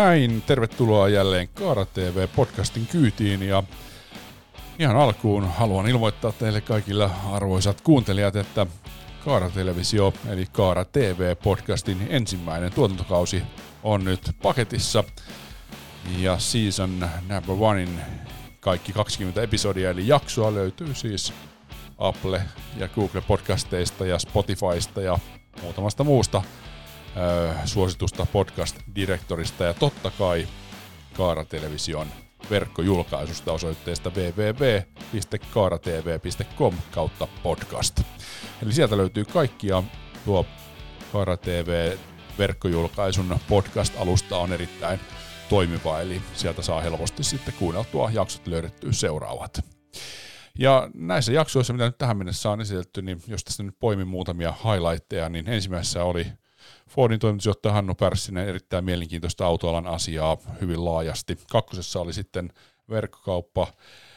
näin, tervetuloa jälleen Kaara TV-podcastin kyytiin ja ihan alkuun haluan ilmoittaa teille kaikille arvoisat kuuntelijat, että Kaara Televisio eli Kaara TV-podcastin ensimmäinen tuotantokausi on nyt paketissa ja season number onein kaikki 20 episodia eli jaksoa löytyy siis Apple ja Google podcasteista ja Spotifysta ja muutamasta muusta suositusta podcast-direktorista ja totta kai Kaara Television verkkojulkaisusta osoitteesta www.kaaratv.com/podcast. Eli sieltä löytyy kaikkia. Tuo Kaara TV verkkojulkaisun podcast-alusta on erittäin toimiva, eli sieltä saa helposti sitten kuunneltua jaksot löydettyä seuraavat. Ja näissä jaksoissa, mitä nyt tähän mennessä on esitelty, niin jos tästä nyt poimin muutamia highlightteja, niin ensimmäisessä oli Fordin toimitusjohtaja Hannu Pärssinen, erittäin mielenkiintoista autoalan asiaa hyvin laajasti. Kakkosessa oli sitten verkkokauppa,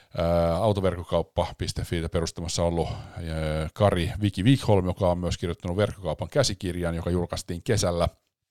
autoverkkokauppa.fi perustamassa ollut Kari Viki Wikholm, joka on myös kirjoittanut verkkokaupan käsikirjan, joka julkaistiin kesällä.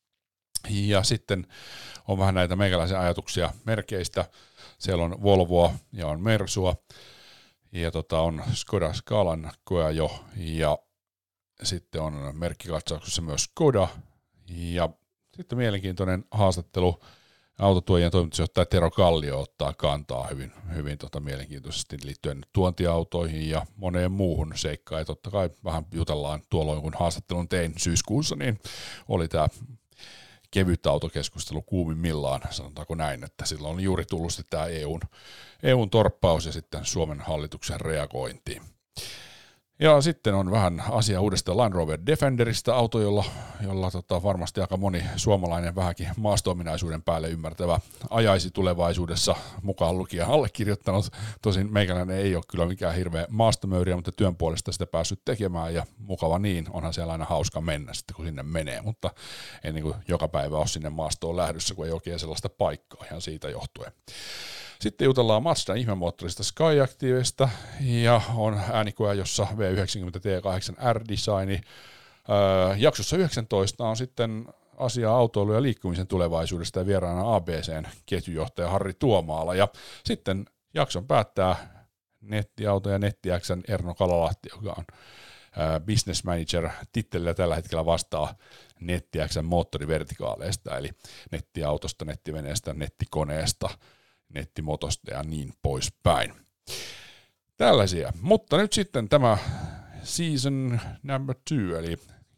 Ja sitten on vähän näitä meikäläisen ajatuksia merkeistä. Siellä on Volvoa ja on Mersua ja on Skoda Skalan Koeajo ja sitten on merkkikatsauksessa myös Skoda ja sitten mielenkiintoinen haastattelu autotuojien toimitusjohtaja Tero Kallio ottaa kantaa hyvin mielenkiintoisesti liittyen tuontiautoihin ja moneen muuhun seikkaan. Ja totta kai vähän jutellaan tuolloin, kun haastattelun tein syyskuussa, niin oli tämä kevyt autokeskustelu kuumimmillaan, sanotaanko näin, että silloin on juuri tullut sitten tämä EUn torppaus ja sitten Suomen hallituksen reagointi. Ja sitten on vähän asia uudesta Land Rover Defenderistä, auto, jolla varmasti aika moni suomalainen vähänkin maasto-ominaisuuden päälle ymmärtävä ajaisi tulevaisuudessa, mukaan lukien allekirjoittanut. Tosin meikäläinen ei ole kyllä mikään hirveä maastomöyriä, mutta työn puolesta sitä päässyt tekemään ja mukava niin, onhan siellä aina hauska mennä sitten kun sinne menee, mutta ei niin kuin joka päivä ole sinne maastoon lähdössä, kun ei oikein sellaista paikkaa ihan siitä johtuen. Sitten jutellaan Mazdan ihmemoottorista Skyactivesta ja on äänikoja, jossa V90 T8 R-designi. Jaksossa 19 on sitten asiaa autoilu- ja liikkumisen tulevaisuudesta ja vieraana ABC:n ketjujohtaja Harri Tuomaala. Ja sitten jakson päättää nettiauto- ja NettiX:n Erno Kalalahti, joka on business manager tittelillä tällä hetkellä vastaa NettiX:n moottorivertikaaleista, eli nettiautosta, nettiveneestä, nettikoneesta, nettimotosta ja niin poispäin. Tällaisia. Mutta nyt sitten tämä season number 2, eli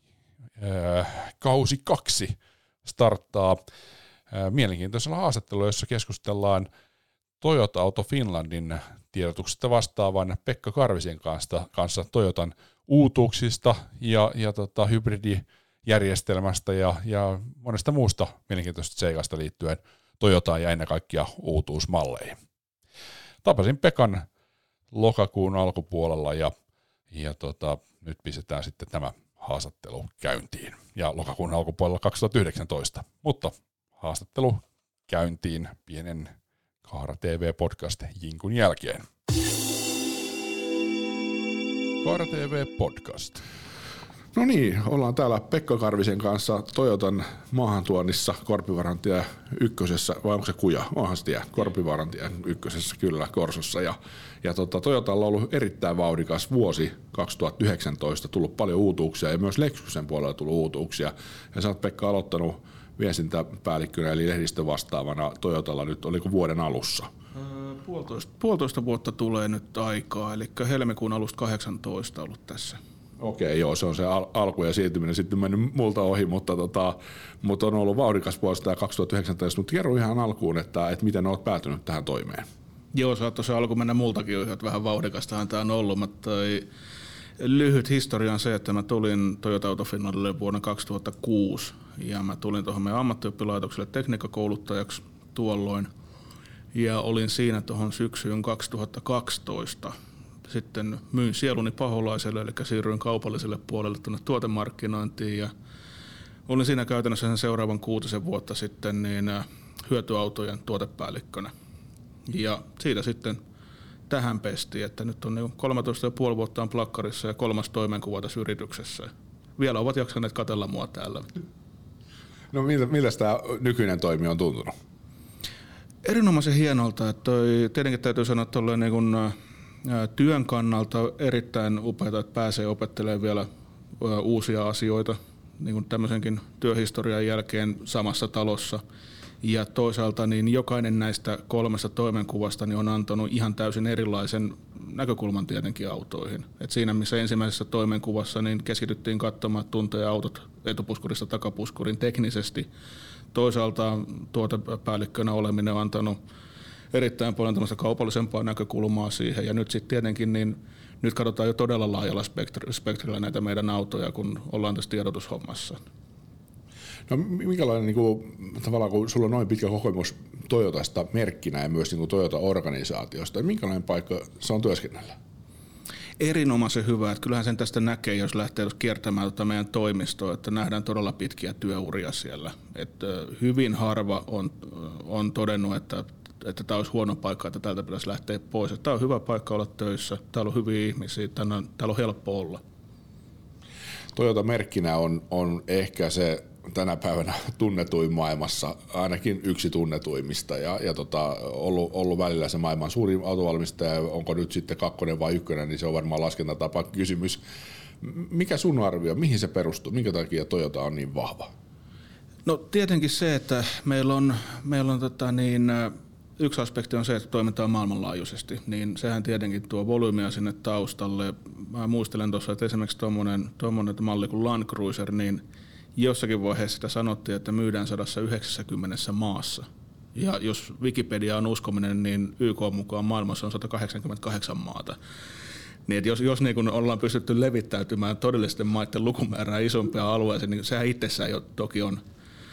kausi 2 starttaa mielenkiintoisella haastattelulla, jossa keskustellaan Toyota Auto Finlandin tiedotuksesta vastaavan Pekka Karvisen kanssa Toyotan uutuuksista ja hybridijärjestelmästä ja monesta muusta mielenkiintoisesta seikasta liittyen Toyotaan ja ennen kaikkea uutuusmalleihin. Tapasin Pekan lokakuun alkupuolella ja nyt pistetään sitten tämä haastattelu käyntiin. Ja lokakuun alkupuolella 2019, mutta haastattelu käyntiin pienen Kaara TV-podcast jinkun jälkeen. Kaara TV-podcast. No niin, ollaan täällä Pekka Karvisen kanssa Toyotan maahantuonnissa Korpivarantie ykkösessä, vai onko se Kuja? Onhan se tie, Korpivarantie ykkösessä kyllä, Korsossa. Ja Toyotalla on ollut erittäin vauhdikas vuosi 2019, tullut paljon uutuuksia ja myös Lexusen puolella tullut uutuuksia. Ja sä oot Pekka aloittanut viestintäpäällikkönä eli lehdistön vastaavana Toyotalla nyt, oliko vuoden alussa? Puolitoista vuotta tulee nyt aikaa, eli helmikuun alusta 18 ollut tässä. Okei, joo, se on se alku ja siirtyminen sitten mennyt multa ohi, mutta on ollut vauhdikas vuosi tämä 2019, mutta kerro ihan alkuun, että miten olet päätynyt tähän toimeen. Joo, saattoi se alku mennä multakin jo, että vähän vauhdikastahan tämä on ollut, mutta lyhyt historia on se, että mä tulin Toyota Auto Finlandille vuonna 2006 ja mä tulin tuohon meidän ammattioppilaitokselle tekniikkakouluttajaksi tuolloin ja olin siinä tuohon syksyyn 2012. Sitten myin sieluni paholaiselle, eli siirryin kaupalliselle puolelle tuonne tuotemarkkinointiin ja olin siinä käytännössä sen seuraavan 6 vuotta sitten niin hyötyautojen tuotepäällikkönä. Ja siitä sitten tähän pestiin, että nyt on 13,5 vuotta on plakkarissa ja 3. toimenkuva tässä yrityksessä. Vielä ovat jaksaneet katsella mua täällä. No miltä tämä nykyinen toimi on tuntunut? Erinomaisen hienolta. Että tietenkin täytyy sanoa, että niin kun, työn kannalta erittäin upeaa, että pääsee opettelemaan vielä uusia asioita niin kuin tämmöisenkin työhistorian jälkeen samassa talossa. Ja toisaalta niin jokainen näistä 3 toimenkuvasta niin on antanut ihan täysin erilaisen näkökulman tietenkin autoihin. Et siinä missä ensimmäisessä toimenkuvassa niin keskityttiin katsomaan tunteja autot etupuskurista takapuskurin teknisesti. Toisaalta tuotepäällikkönä oleminen on antanut erittäin paljon tämmöistä kaupallisempaa näkökulmaa siihen. Ja nyt sitten tietenkin niin nyt katsotaan jo todella laajalla spektrillä näitä meidän autoja, kun ollaan tässä tiedotushommassa. No minkälainen, niin kuin, tavallaan kun sulla on noin pitkä kokemus Toyotasta merkkinä ja myös niin kuin Toyota-organisaatiosta, niin minkälainen paikka se on työskennellä? Erinomaisen hyvä. Että kyllähän sen tästä näkee, jos lähtee kiertämään meidän toimistoa, että nähdään todella pitkiä työuria siellä. Että hyvin harva on todennut, että tämä olisi huono paikka, että täältä pitäisi lähteä pois. Tämä on hyvä paikka olla töissä, täällä on hyviä ihmisiä, täällä on helppo olla. Toyota-merkkinä on ehkä se tänä päivänä tunnetuin maailmassa, ainakin yksi tunnetuimmista ja ollut välillä se maailman suurin autovalmistaja, onko nyt sitten 2 vai 1, niin se on varmaan laskentatapa kysymys. Mikä sun arvio, mihin se perustuu, minkä takia Toyota on niin vahva? No tietenkin se, että meillä on yksi aspekti on se, että toimitaan maailmanlaajuisesti, niin sehän tietenkin tuo volyymia sinne taustalle. Mä muistelen tuossa, että esimerkiksi tuommoinen malli kuin Land Cruiser, niin jossakin vaiheessa sitä sanottiin, että myydään 190 maassa. Ja jos Wikipedia on uskominen, niin YK mukaan maailmassa on 188 maata. Niin että jos niin kun ollaan pystytty levittäytymään todellisten maiden lukumäärää isompia alueeseen, niin sehän itsessään jo toki on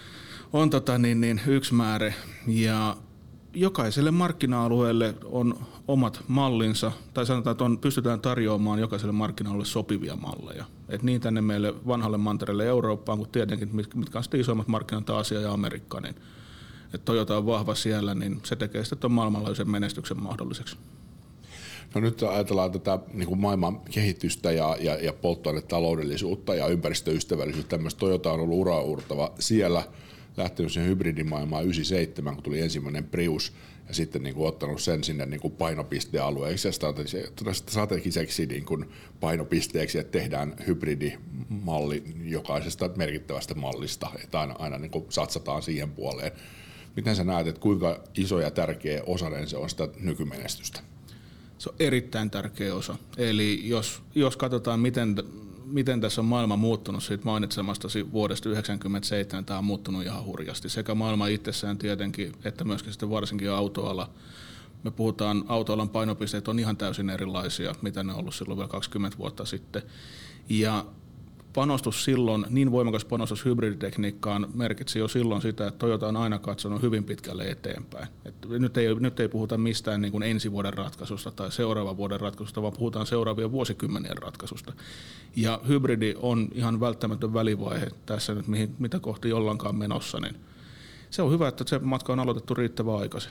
yksi määrä. Ja jokaiselle markkina-alueelle on omat mallinsa, tai sanotaan, että pystytään tarjoamaan jokaiselle markkina-alueelle sopivia malleja. Et niin tänne meille vanhalle mantereelle Eurooppaan, kuin tietenkin, mitkä on sitten isommat markkinat, Aasia ja Amerikka, niin että Toyota on vahva siellä, niin se tekee sitten tuon maailmanlaajuisen menestyksen mahdolliseksi. No nyt ajatellaan tätä niin kuin maailman kehitystä ja polttoainetaloudellisuutta ja ympäristöystävällisyyttä. Tämmöistä Toyota on ollut uraurtava siellä, lähtenyt sen hybridimaailmaan 97, kun tuli ensimmäinen Prius, ja sitten niin kuin ottanut sen sinne niin kuin painopistealueeksi ja strategiseksi niin kuin painopisteeksi, että tehdään hybridimalli jokaisesta merkittävästä mallista, että aina niin kuin satsataan siihen puoleen. Miten sä näet, että kuinka iso ja tärkeä osainen se on sitä nykymenestystä? Se on erittäin tärkeä osa. Eli jos katsotaan, miten tässä on maailma muuttunut siitä mainitsemastasi vuodesta 1997, tämä on muuttunut ihan hurjasti. Sekä maailma itsessään tietenkin, että myöskin sitten varsinkin autoala. Me puhutaan, autoalan painopisteet on ihan täysin erilaisia, mitä ne on ollut silloin vielä 20 vuotta sitten. Ja panostus silloin, niin voimakas panostus hybriditekniikkaan merkitsi jo silloin sitä, että Toyota on aina katsonut hyvin pitkälle eteenpäin. Nyt ei puhuta mistään niin kuin ensi vuoden ratkaisusta tai seuraavan vuoden ratkaisusta, vaan puhutaan seuraavien vuosikymmenien ratkaisusta. Ja hybridi on ihan välttämätön välivaihe tässä nyt, mitä kohti ollaankaan menossa. Niin se on hyvä, että se matka on aloitettu riittävän aikaisin.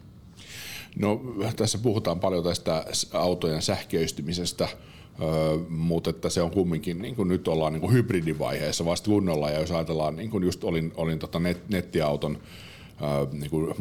No, tässä puhutaan paljon tästä autojen sähköistymisestä. Mutta että se on kumminkin, niin kuin nyt ollaan niin kuin hybridivaiheessa vasta kunnolla, ja jos ajatellaan, niin kuin just olin nettiauton niin kuin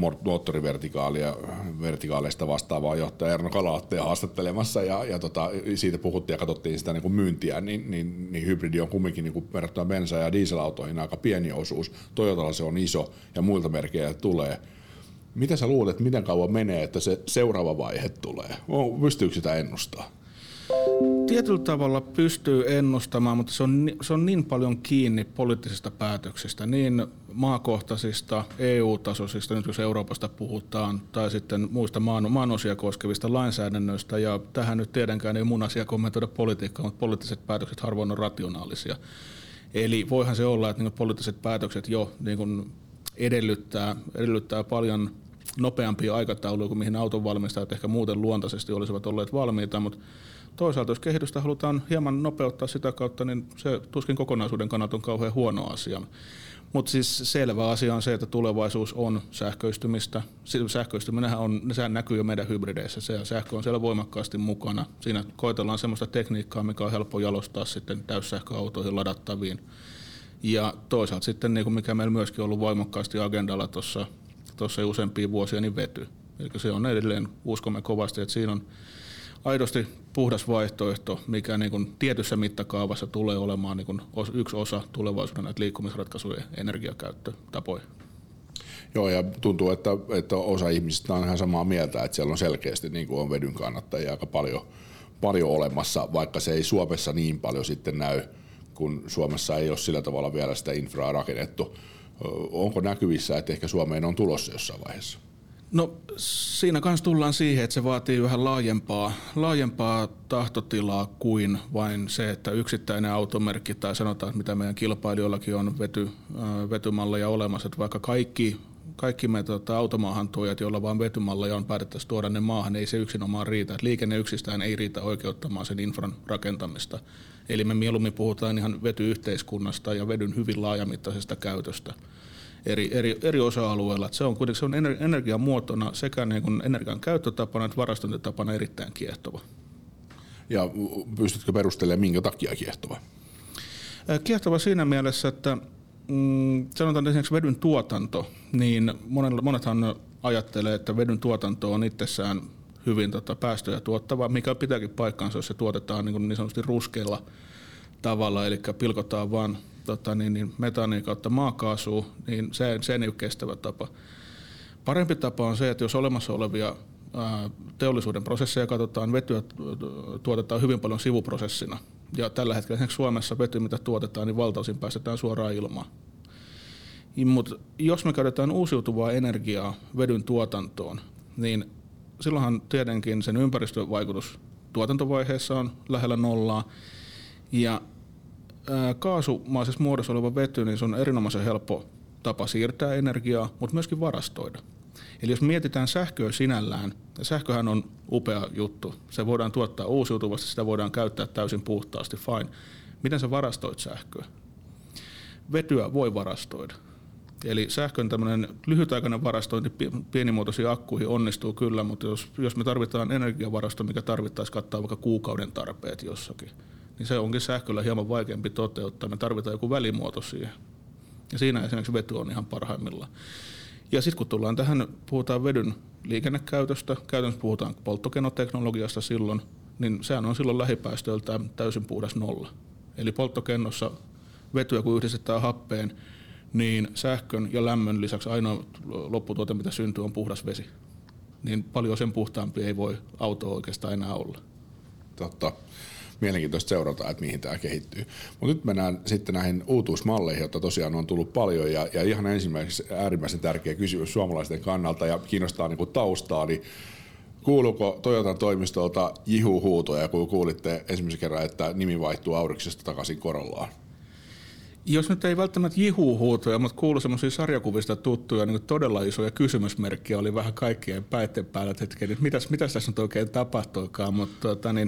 moottorivertikaaleista vastaavaa johtaja Erno Kalaattea haastattelemassa, ja siitä puhuttiin ja katsottiin sitä niin kuin myyntiä, niin hybridi on kumminkin niin kuin verrattuna bensa- ja dieselautoihin aika pieni osuus. Toyotalla se on iso, ja muilta merkeillä tulee. Mitä sä luulet, miten kauan menee, että se seuraava vaihe tulee? Pystyykö sitä ennustaa? Tietyllä tavalla pystyy ennustamaan, mutta se on niin paljon kiinni poliittisista päätöksistä, niin maakohtaisista, EU-tasoisista, nyt jos Euroopasta puhutaan, tai sitten muista maanosia koskevista lainsäädännöistä, ja tähän nyt tietenkään ei mun asia kommentoida politiikkaa, mutta poliittiset päätökset harvoin on rationaalisia. Eli voihan se olla, että niin poliittiset päätökset jo niin edellyttää paljon nopeampia aikatauluja kuin mihin autonvalmistajat ehkä muuten luontaisesti olisivat olleet valmiita, mutta toisaalta jos kehitystä halutaan hieman nopeuttaa sitä kautta, niin se tuskin kokonaisuuden kannalta on kauhean huono asia. Mutta siis selvä asia on se, että tulevaisuus on sähköistymistä. Sehän näkyy jo meidän hybrideissä. Se sähkö on siellä voimakkaasti mukana. Siinä koetellaan sellaista tekniikkaa, mikä on helppo jalostaa sitten täyssähköautoihin ladattaviin. Ja toisaalta sitten, niin kuin mikä meillä myöskin on ollut voimakkaasti agendalla tuossa tuossa useampia vuosia, niin vety. Eli se on edelleen, uskomme kovasti, että siinä on aidosti puhdas vaihtoehto, mikä niin kuin tietyssä mittakaavassa tulee olemaan niin kuin yksi osa tulevaisuuden näitä liikkumisratkaisujen energiakäyttötapoja. Joo, ja tuntuu, että osa ihmisistä on ihan samaa mieltä, että siellä on selkeästi niin kuin on vedyn kannattajia aika paljon olemassa, vaikka se ei Suomessa niin paljon sitten näy, kun Suomessa ei ole sillä tavalla vielä sitä infraa rakennettu. Onko näkyvissä, että ehkä Suomeen on tulossa jossain vaiheessa? No siinä kanssa tullaan siihen, että se vaatii vähän laajempaa tahtotilaa kuin vain se, että yksittäinen automerkki tai sanotaan, että mitä meidän kilpailijoillakin on vetymalleja olemassa, että vaikka kaikki me automaahantuojat, joilla vaan vetymalleja on päätettäisiin tuoda ne maahan, ei se yksinomaan riitä. Että liikenne yksistään ei riitä oikeuttamaan sen infran rakentamista. Eli me mieluummin puhutaan ihan vetyyhteiskunnasta ja vedyn hyvin laajamittaisesta käytöstä eri osa-alueilla. Että se on kuitenkin energiamuotona sekä niin kuin energian käyttötapana että varastointitapana erittäin kiehtova. Ja pystytkö perustelemaan, minkä takia kiehtova? Kiehtova siinä mielessä, että sanotaan esimerkiksi vedyn tuotanto, niin monethan ajattelee, että vedyn tuotanto on itsessään hyvin päästöjä tuottava, mikä pitääkin paikkaansa, jos se tuotetaan niin sanotusti ruskealla tavalla, eli pilkotaan vaan metaania kautta maakaasua, niin se ei ole kestävä tapa. Parempi tapa on se, että jos olemassa olevia teollisuuden prosesseja katsotaan, vetyä tuotetaan hyvin paljon sivuprosessina. Ja tällä hetkellä esimerkiksi Suomessa vety, mitä tuotetaan, niin valtaosin päästetään suoraan ilmaan. Mutta jos me käytetään uusiutuvaa energiaa vedyn tuotantoon, niin silloinhan tietenkin sen ympäristövaikutus tuotantovaiheessa on lähellä nollaa. Ja kaasumaisessa muodossa oleva vety, niin se on erinomaisen helppo tapa siirtää energiaa, mutta myöskin varastoida. Eli jos mietitään sähköä sinällään, ja sähköhän on upea juttu, se voidaan tuottaa uusiutuvasti, sitä voidaan käyttää täysin puhtaasti, fine. Miten sä varastoit sähköä? Vetyä voi varastoida. Eli sähkön tämmöinen lyhytaikainen varastointi pienimuotoisiin akkuihin onnistuu kyllä, mutta jos me tarvitaan energiavarasto, mikä tarvittaisiin kattaa vaikka kuukauden tarpeet jossakin, niin se onkin sähköllä hieman vaikeampi toteuttaa. Me tarvitaan joku välimuoto siihen. Ja siinä esimerkiksi vety on ihan parhaimmillaan. Ja sitten kun tullaan tähän, puhutaan vedyn liikennekäytöstä, käytännössä puhutaan polttokenoteknologiasta silloin, niin sehän on silloin lähipäästöiltään täysin puhdas nolla. Eli polttokennossa vetyä kun yhdistetään happeen, niin sähkön ja lämmön lisäksi ainoa lopputuote, mitä syntyy, on puhdas vesi. Niin paljon sen puhtaampi ei voi auto oikeastaan enää olla. Totta. Mielenkiintoista seurata, että mihin tämä kehittyy. Mutta nyt mennään sitten näihin uutuusmalleihin, joita tosiaan on tullut paljon. Ja ihan ensimmäiseksi äärimmäisen tärkeä kysymys suomalaisten kannalta ja kiinnostaa niin kuin taustaa, niin kuuluuko Toyotan toimistolta jihu-huutoja, kun kuulitte ensimmäisen kerran, että nimi vaihtuu Auriksesta takaisin Corollaan? Jos nyt ei välttämättä jihu-huutoja, mutta kuului semmoisia sarjakuvista tuttuja, niin todella isoja kysymysmerkkiä oli vähän kaikkien päitten päällä, että hetken, mitäs tässä nyt oikein tapahtuikaan, mutta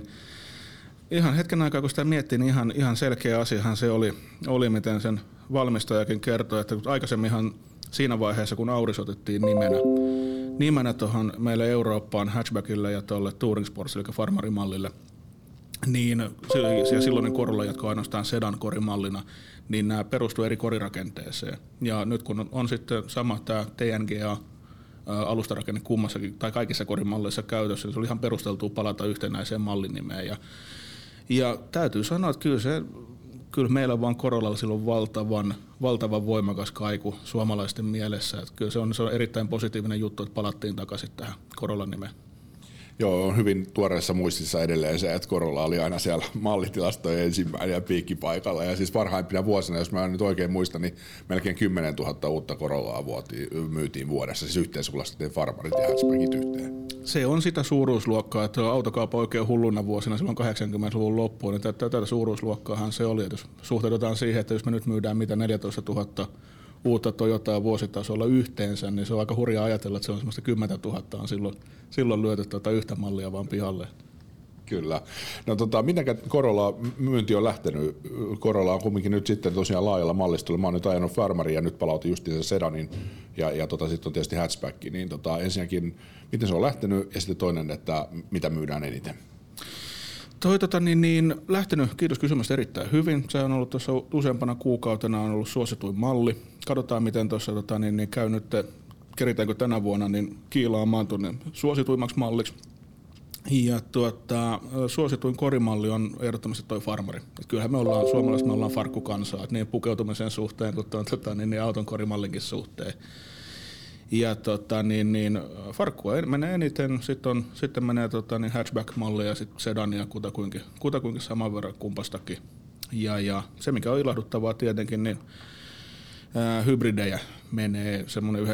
ihan hetken aikaa, kun sitä miettii, niin ihan selkeä asiahan se oli, miten sen valmistajakin kertoi, että aikaisemminhan siinä vaiheessa, kun Auris otettiin nimenä tuohon meille Eurooppaan hatchbackille ja tuolle Touring Sportsille, eli farmarimallille, niin silloinen Corolla jatkoi ainoastaan sedan-korimallina, niin nämä perustuivat eri korirakenteeseen. Ja nyt kun on sitten sama tämä TNGA, alustarakenne kummassakin tai kaikissa korimalleissa käytössä, niin se oli ihan perusteltua palata yhtenäiseen mallinimeen. Ja täytyy sanoa, että kyllä meillä vaan Corollalla silloin valtavan voimakas kaiku suomalaisten mielessä. Että kyllä se on erittäin positiivinen juttu, että palattiin takaisin tähän Corollan nimeen. Joo, on hyvin tuoreessa muistissa edelleen se, että Corolla oli aina siellä mallitilastojen ensimmäinen ja piikkipaikalla. Ja siis parhaimpina vuosina, jos mä nyt oikein muistan, niin melkein 10 000 uutta Corollaa myytiin vuodessa. Siis yhteensä kun laskettiin farmarit ja hatchbackit yhteen. Se on sitä suuruusluokkaa, että autokauppa oikein hulluna vuosina silloin 80-luvun loppuun. Niin tätä suuruusluokkaahan se oli. Että jos suhteutetaan siihen, että jos me nyt myydään 14 000 uutta Toyotaa vuositasolla yhteensä, niin se on aika hurjaa ajatella, että se on semmoista 10 000 on silloin lyöty yhtä mallia vaan pihalle. Kyllä. No miten Corolla myynti on lähtenyt? Corolla on kumminkin nyt sitten tosiaan laajalla mallistolla. Mä oon nyt ajanut Farmarin ja nyt palautin justiinsa sedanin ja sitten on tietysti hatchback. Niin ensinnäkin, miten se on lähtenyt ja sitten toinen, että mitä myydään eniten? Lähtenyt, kiitos kysymästä, erittäin hyvin. Se on ollut tuossa useampana kuukautena on ollut suosituin malli. Katsotaan, miten tuossa käy nyt keritäänkö tänä vuonna, niin kiilaamaan tuonne suosituimmaksi malliksi. Ja suosituin korimalli on ehdottomasti toi Farmari. Et kyllähän suomalaiset me ollaan farkkukansaa, niin pukeutumisen suhteen kuin niin auton korimallinkin suhteen. Ja farkkua menee eniten, sitten menee hatchback-malli ja sitten sedania kutakuinkin saman verran kumpastakin. Ja se mikä on ilahduttavaa tietenkin, niin hybridejä menee semmoinen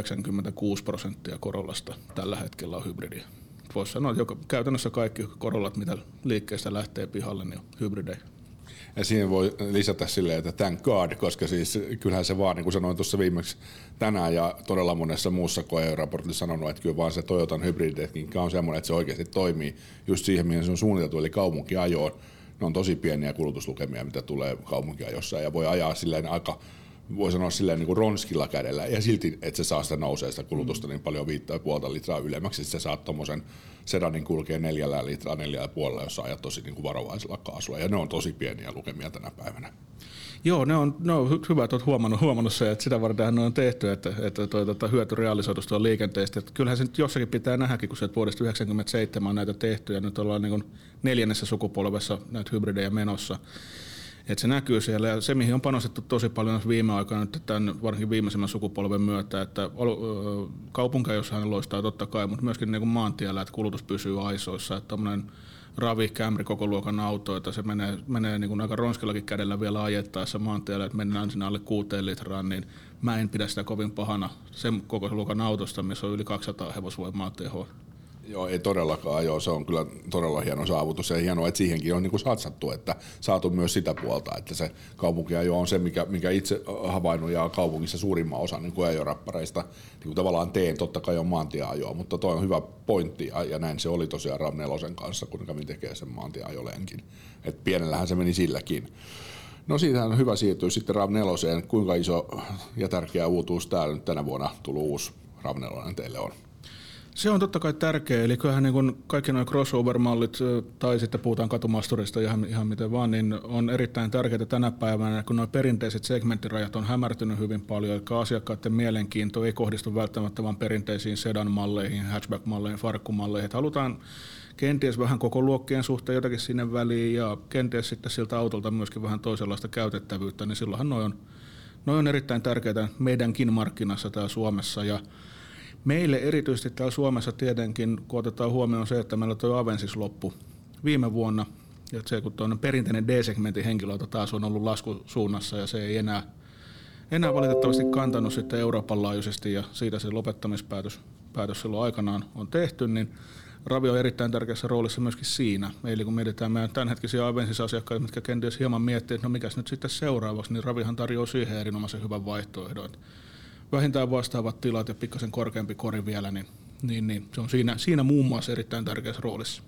96% Corollasta tällä hetkellä on hybridiä. Voisi sanoa, että käytännössä kaikki Corollat, mitä liikkeestä lähtee pihalle, niin on hybridejä. Ja siihen voi lisätä silleen, että thank God, koska siis kyllähän se vaan, niin kuin sanoin tuossa viimeksi tänään ja todella monessa muussa koe-raportissa sanonut, että kyllä vaan se Toyotan hybriditekniikka on semmoinen, että se oikeasti toimii just siihen, mihin se on suunniteltu, eli kaupunkiajoon. Ne on tosi pieniä kulutuslukemia, mitä tulee kaupunkiajossa ja voi ajaa silleen aika, voi sanoa silleen niin kuin ronskilla kädellä ja silti, että se saa sitä nousee sitä kulutusta niin paljon 5,5 litraa ylemmäksi, että sä saat tommosen sedanin kulkee 4 litraa 4,5, jos sä ajat tosi niin kuin varovaisella kaasulla ja ne on tosi pieniä lukemia tänä päivänä. Joo, ne on hyvä, että olet huomannut se, että sitä varten ne on tehty, että hyöty realisoitus tuolla liikenteestä. Että kyllähän se nyt jossakin pitää nähdäkin, kun se vuodesta 1997 on näitä tehty ja nyt ollaan niin kuin 4. sukupolvessa näitä hybridejä menossa. Että se näkyy siellä ja se, mihin on panostettu tosi paljon viime aikoina, nyt tämän varsinkin viimeisimmän sukupolven myötä, että kaupunkiajossahan loistaa totta kai, mutta myöskin niin kuin maantiellä, että kulutus pysyy aisoissa, että tommoinen Ravi, Camry, koko luokan auto, että se menee niin kuin aika ronskillakin kädellä vielä ajettaessa maantiellä, että mennään sinne alle 6 litraan, niin mä en pidä sitä kovin pahana sen koko luokan autosta, missä on yli 200 hevosvoimaa tehoa. Joo, ei todellakaan. Joo, se on kyllä todella hieno saavutus ja hienoa, että siihenkin on niin kuin satsattu, että saatu myös sitä puolta, että se kaupunkiajo on se, mikä itse havainnut ja kaupungissa suurimman osan niin kuin ajorappareista niin kuin tavallaan teen, totta kai on maantieajoa, mutta toi on hyvä pointti ja näin se oli tosiaan RAV4 kanssa, kun kävin tekemään sen maantieajolenkin. Että pienellähän se meni silläkin. No siitä on hyvä siirtyä sitten RAV4, kuinka iso ja tärkeä uutuus täällä nyt tänä vuonna tullut uusi RAV4 teille on? Se on totta kai tärkeä, eli kyllähän niin kaikki nuo crossover-mallit, tai sitten puhutaan katumasturista ihan miten vaan, niin on erittäin tärkeää tänä päivänä, kun nuo perinteiset segmenttirajat on hämärtynyt hyvin paljon, eli asiakkaiden mielenkiinto ei kohdistu välttämättä vain perinteisiin sedan-malleihin, hatchback-malleihin, farkkumalleihin, että halutaan kenties vähän koko luokkien suhteen jotakin sinne väliin, ja kenties sitten siltä autolta myöskin vähän toisenlaista käytettävyyttä, niin silloinhan noi on erittäin tärkeitä meidänkin markkinassa täällä Suomessa, ja meille erityisesti täällä Suomessa tietenkin, kun otetaan huomioon se, että meillä tuo Avensis loppu viime vuonna, ja se kun tuollainen perinteinen D-segmentin henkilöauto taas on ollut laskusuunnassa, ja se ei enää valitettavasti kantanut sitten Euroopan laajuisesti, ja siitä se lopettamispäätös silloin aikanaan on tehty, niin Ravi on erittäin tärkeässä roolissa myöskin siinä. Eli kun mietitään meidän tämänhetkisiä Avensis-asiakkaita, mitkä kenties hieman miettii, että no mikäs nyt sitten seuraavaksi, niin Ravihan tarjoaa siihen erinomaisen hyvän vaihtoehdon. Vähintään vastaavat tilat ja pikkasen korkeampi kori vielä, niin se on siinä muun muassa erittäin tärkeässä roolissa.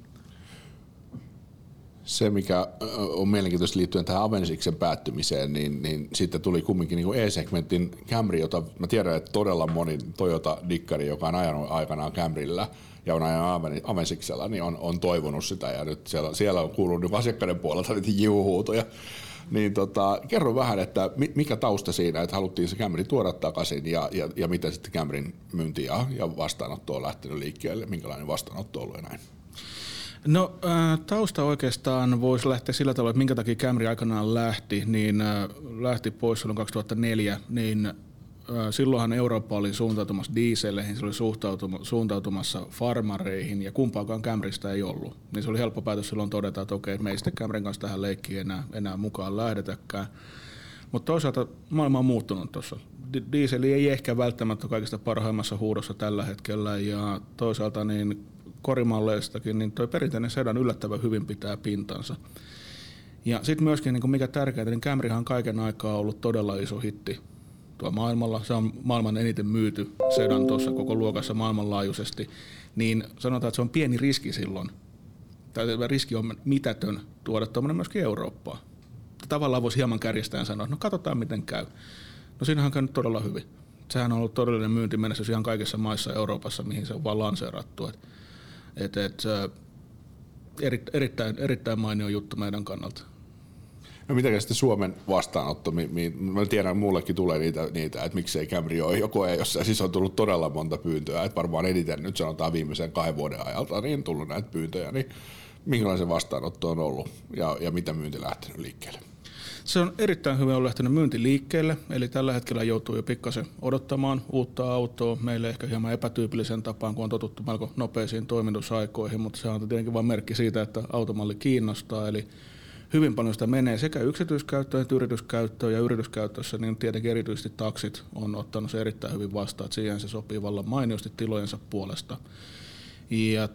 Se, mikä on mielenkiintoista liittyen tähän Avensiksen päättymiseen, niin sitten tuli kumminkin niin kuin E-segmentin Camry, jota mä tiedän, että todella moni Toyota-dikkari, joka on ajanut aikanaan Camryllä ja on ajanut Avensiksella, niin on toivonut sitä ja nyt siellä on kuullut niin asiakkaiden puolelta niitä jiuhuutoja. Niin kerro vähän, että mikä tausta siinä, että haluttiin se Camry tuoda takaisin ja miten sitten Camryn myynti ja vastaanotto on lähtenyt liikkeelle, minkälainen vastaanotto on ollut ja näin? No tausta oikeastaan voisi lähteä sillä tavalla, että minkä takia Camry aikanaan lähti pois silloin 2004, niin silloinhan Eurooppa oli suuntautumassa dieseleihin, se oli suuntautumassa farmareihin ja kumpaakaan Camrystä ei ollut. Niin se oli helppo päätös silloin todeta, että okei, me ei sitten Camryn kanssa tähän leikkiin enää mukaan lähdetäkään. Mutta toisaalta maailma on muuttunut tuossa. Dieseli ei ehkä välttämättä kaikista parhaimmassa huudossa tällä hetkellä ja toisaalta niin korimalleistakin, niin tuo perinteinen sedan yllättävän hyvin pitää pintansa. Ja sitten myöskin, niin mikä tärkeää, niin Camryhan on kaiken aikaa ollut todella iso hitti tuolla maailmalla. Se on maailman eniten myyty sedan tuossa koko luokassa maailmanlaajuisesti. Niin sanotaan, että se on pieni riski silloin. Tai riski on mitätön tuoda tuommoinen myöskin Eurooppaan. Tavallaan voisi hieman kärjestään sanoa, no katsotaan miten käy. No siinähän on käynyt todella hyvin. Sehän on ollut todellinen myyntimenestys ihan kaikissa maissa Euroopassa, mihin se on vaan lanseerattu. Erittäin mainio juttu meidän kannalta. No miten sitten Suomen vastaanotto? Mä tiedän, mullekin tulee niitä että miksei Camry ole joko ei jossain. Siis on tullut todella monta pyyntöä, että varmaan eniten nyt sanotaan viimeisen 2 vuoden ajalta niin tullut näitä pyyntöjä. Niin minkälainen vastaanotto on ollut ja mitä myynti lähtenyt liikkeelle? Se on erittäin hyvin on lähtenyt myynti liikkeelle, eli tällä hetkellä joutuu jo pikkasen odottamaan uutta autoa. Meille ehkä hieman epätyypillisen tapaan, kun on totuttu melko nopeisiin toimitusaikoihin, mutta se on tietenkin vain merkki siitä, että automalli kiinnostaa. Eli hyvin paljon sitä menee sekä yksityiskäyttöön että yrityskäyttöön, ja yrityskäyttössä niin tietenkin erityisesti taksit on ottanut se erittäin hyvin vastaan, että siihen se sopii vallan mainiosti tilojensa puolesta. Ja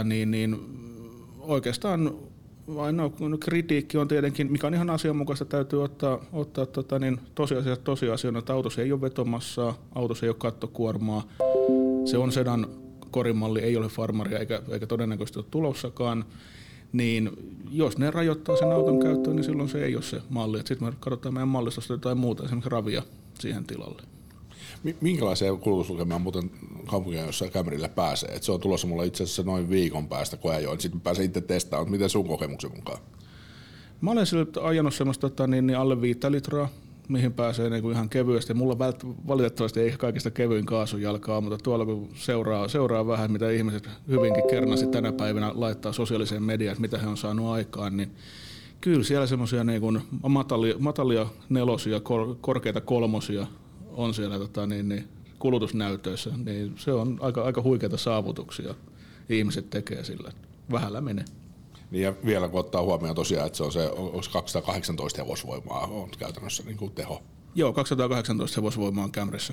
oikeastaan ainoa kritiikki on tietenkin, mikä on ihan asianmukaista, täytyy ottaa tosiasioina, että autossa ei ole vetomassaa, autossa ei ole kattokuormaa, se on sedan korimalli, ei ole farmaria eikä todennäköisesti ole tulossakaan, niin jos ne rajoittaa sen auton käyttöön, niin silloin se ei ole se malli. Sitten me katsotaan meidän mallistosta jotain muuta, esimerkiksi ravia siihen tilalle. Minkälaisia kulutuslukemia muuten kaupunkia, jossa Camrylle pääsee? Et se on tulossa mulla itse asiassa noin viikon päästä koeajoin. Sitten pääsen itse testaamaan, miten sun kokemuksen mukaan? Mä olen sille ajanut semmoista alle 5 litraa, mihin pääsee niin kuin ihan kevyesti. Mulla valitettavasti ei kaikista kevyin kaasujalkaa, mutta tuolla kun seuraa vähän, mitä ihmiset hyvinkin kernasi tänä päivänä laittaa sosiaaliseen mediaan, että mitä he on saanut aikaan, niin kyllä siellä semmoisia niin kuin matalia 4 korkeita 3 on siellä kulutusnäytöissä, niin se on aika huikeita saavutuksia ihmiset tekee sillä. Vähällä menee. Niin ja vielä kun ottaa huomioon tosiaan, että se on se 218 hevosvoimaa on käytännössä niin kuin teho. Joo, 218 hevosvoimaa on Camryssä.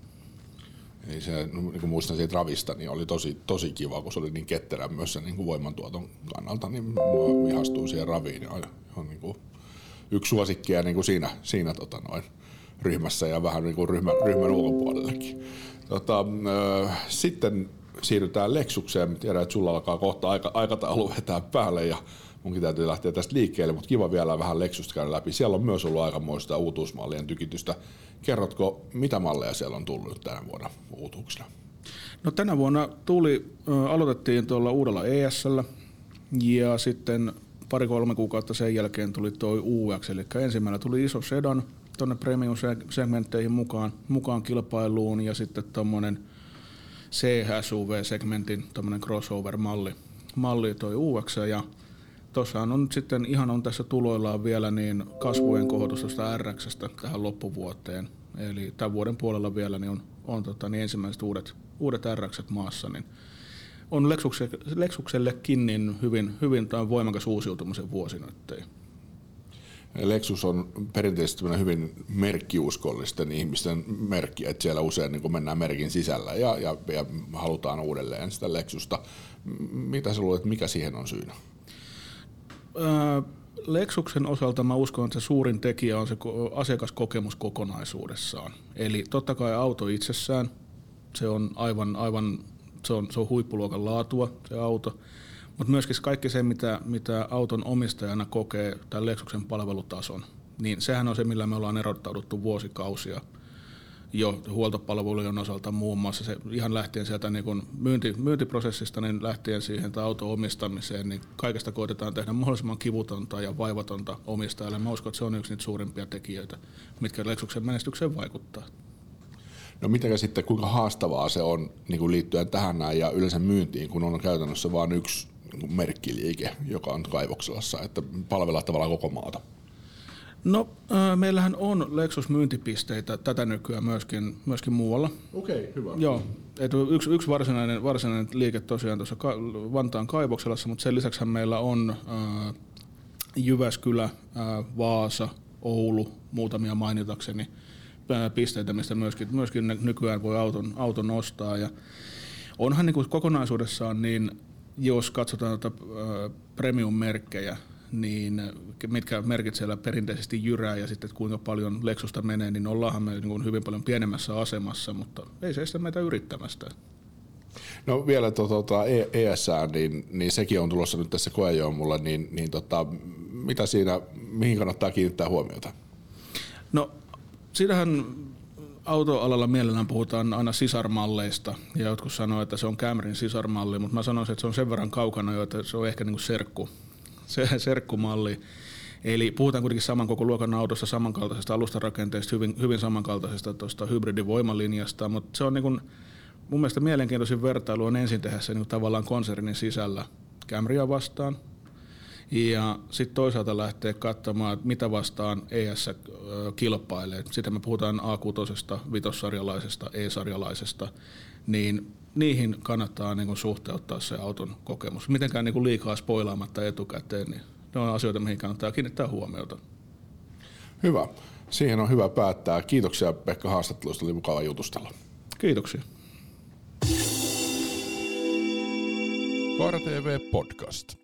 Eli se, niin kuin muistan siitä ravista, niin oli tosi kiva, kun se oli niin ketterä myös sen niin kuin voimantuoton kannalta, niin mä ihastuin siihen raviin. Ja on niin kuin yksi suosikkia niin kuin siinä ryhmässä ja vähän niin kuin ryhmän ulkopuolellekin. Sitten siirrytään Lexukseen. Tiedän, että sulla alkaa kohta aikataulu vetää päälle ja munkin täytyy lähteä tästä liikkeelle, mutta kiva vielä vähän Lexusta käydä läpi. Siellä on myös ollut aikamoista uutuusmallien tykitystä. Kerrotko, mitä malleja siellä on tullut tänä vuonna uutuuksina? No tänä vuonna aloitettiin tuolla uudella ES:llä ja sitten 2-3 kuukautta sen jälkeen tuli tuo UX, eli ensimmäinen tuli iso sedan tuonne premium-segmentteihin mukaan kilpailuun ja sitten tuommoinen CSUV-segmentin tuommoinen crossover-malli toi UX ja tuossahan on nyt sitten on tässä tuloillaan vielä niin kasvujen kohotus tuosta RX:stä tähän loppuvuoteen. Eli tämän vuoden puolella vielä niin on ensimmäiset uudet RX:t maassa, niin on Lexuksellekin niin hyvin tai voimakas uusiutumisen vuosi nyt. Lexus on perinteisesti hyvin merkkiuskollisten ihmisten merkki, että siellä usein niin mennään merkin sisällä ja halutaan uudelleen sitä Lexusta. Mitä sä luulet, mikä siihen on syynä? Lexuksen osalta mä uskon, että se suurin tekijä on se asiakaskokemus kokonaisuudessaan. Eli totta kai auto itsessään, se on aivan se on huippuluokan laatua se auto, mutta myöskin kaikki se, mitä auton omistajana kokee tämän Lexuksen palvelutason, niin sehän on se, millä me ollaan erottauduttu vuosikausia jo huoltopalvelujen osalta muun muassa. Se ihan lähtien sieltä niin kun myyntiprosessista, niin lähtien siihen auton omistamiseen, niin kaikesta koitetaan tehdä mahdollisimman kivutonta ja vaivatonta omistajalle. Mä uskon, että se on yksi niitä suurimpia tekijöitä, mitkä Lexuksen menestykseen vaikuttaa. No mitenkä sitten, kuinka haastavaa se on niin kuin liittyen tähän näin ja yleensä myyntiin, kun on käytännössä vain yksi merkkiliike, joka on Kaivokselassa, että palvellaan tavallaan koko maata? No, meillähän on Lexus-myyntipisteitä tätä nykyään myöskin muualla. Okei, hyvä. Joo, että yksi varsinainen liike tosiaan tuossa Vantaan Kaivokselassa, mutta sen lisäksi meillä on Jyväskylä, Vaasa, Oulu, muutamia mainitakseni, pisteitä, mistä myöskin nykyään voi auton ostaa. Ja onhan niin kuin kokonaisuudessaan, niin jos katsotaan premium-merkkejä, niin mitkä merkit siellä perinteisesti jyrää ja sitten kuinka paljon Lexusta menee, niin ollaanhan me niin hyvin paljon pienemmässä asemassa, mutta ei se estä meitä yrittämästä. No vielä ESään, niin sekin on tulossa nyt tässä koeajoon mulle, mitä siinä, mihin kannattaa kiinnittää huomiota? No siinähän autoalalla mielellään puhutaan aina sisarmalleista ja jotkut sanoo, että se on Camryn sisarmalli, mutta mä sanoisin, että se on sen verran kaukana jo, että se on ehkä niin kuin serkkumalli. Eli puhutaan kuitenkin saman koko luokan autosta, samankaltaisesta alustarakenteesta, hyvin samankaltaisesta tuosta hybridivoimalinjasta, mutta se on niin kuin, mun mielestä mielenkiintoisin vertailu on ensin tehdä se niin tavallaan konsernin sisällä Camrya vastaan, ja sitten toisaalta lähtee katsomaan, mitä vastaan ES kilpailee. Sitten me puhutaan A6, vitosarjalaisesta, E-sarjalaisesta, niin niihin kannattaa niin kuin suhteuttaa se auton kokemus. Mitenkään niin kuin liikaa spoilaamatta etukäteen, niin ne on asioita, mihin kannattaa kiinnittää huomiota. Hyvä. Siihen on hyvä päättää. Kiitoksia Pekka haastattelusta, oli mukava jutustella. Kiitoksia. Kaara TV Podcast.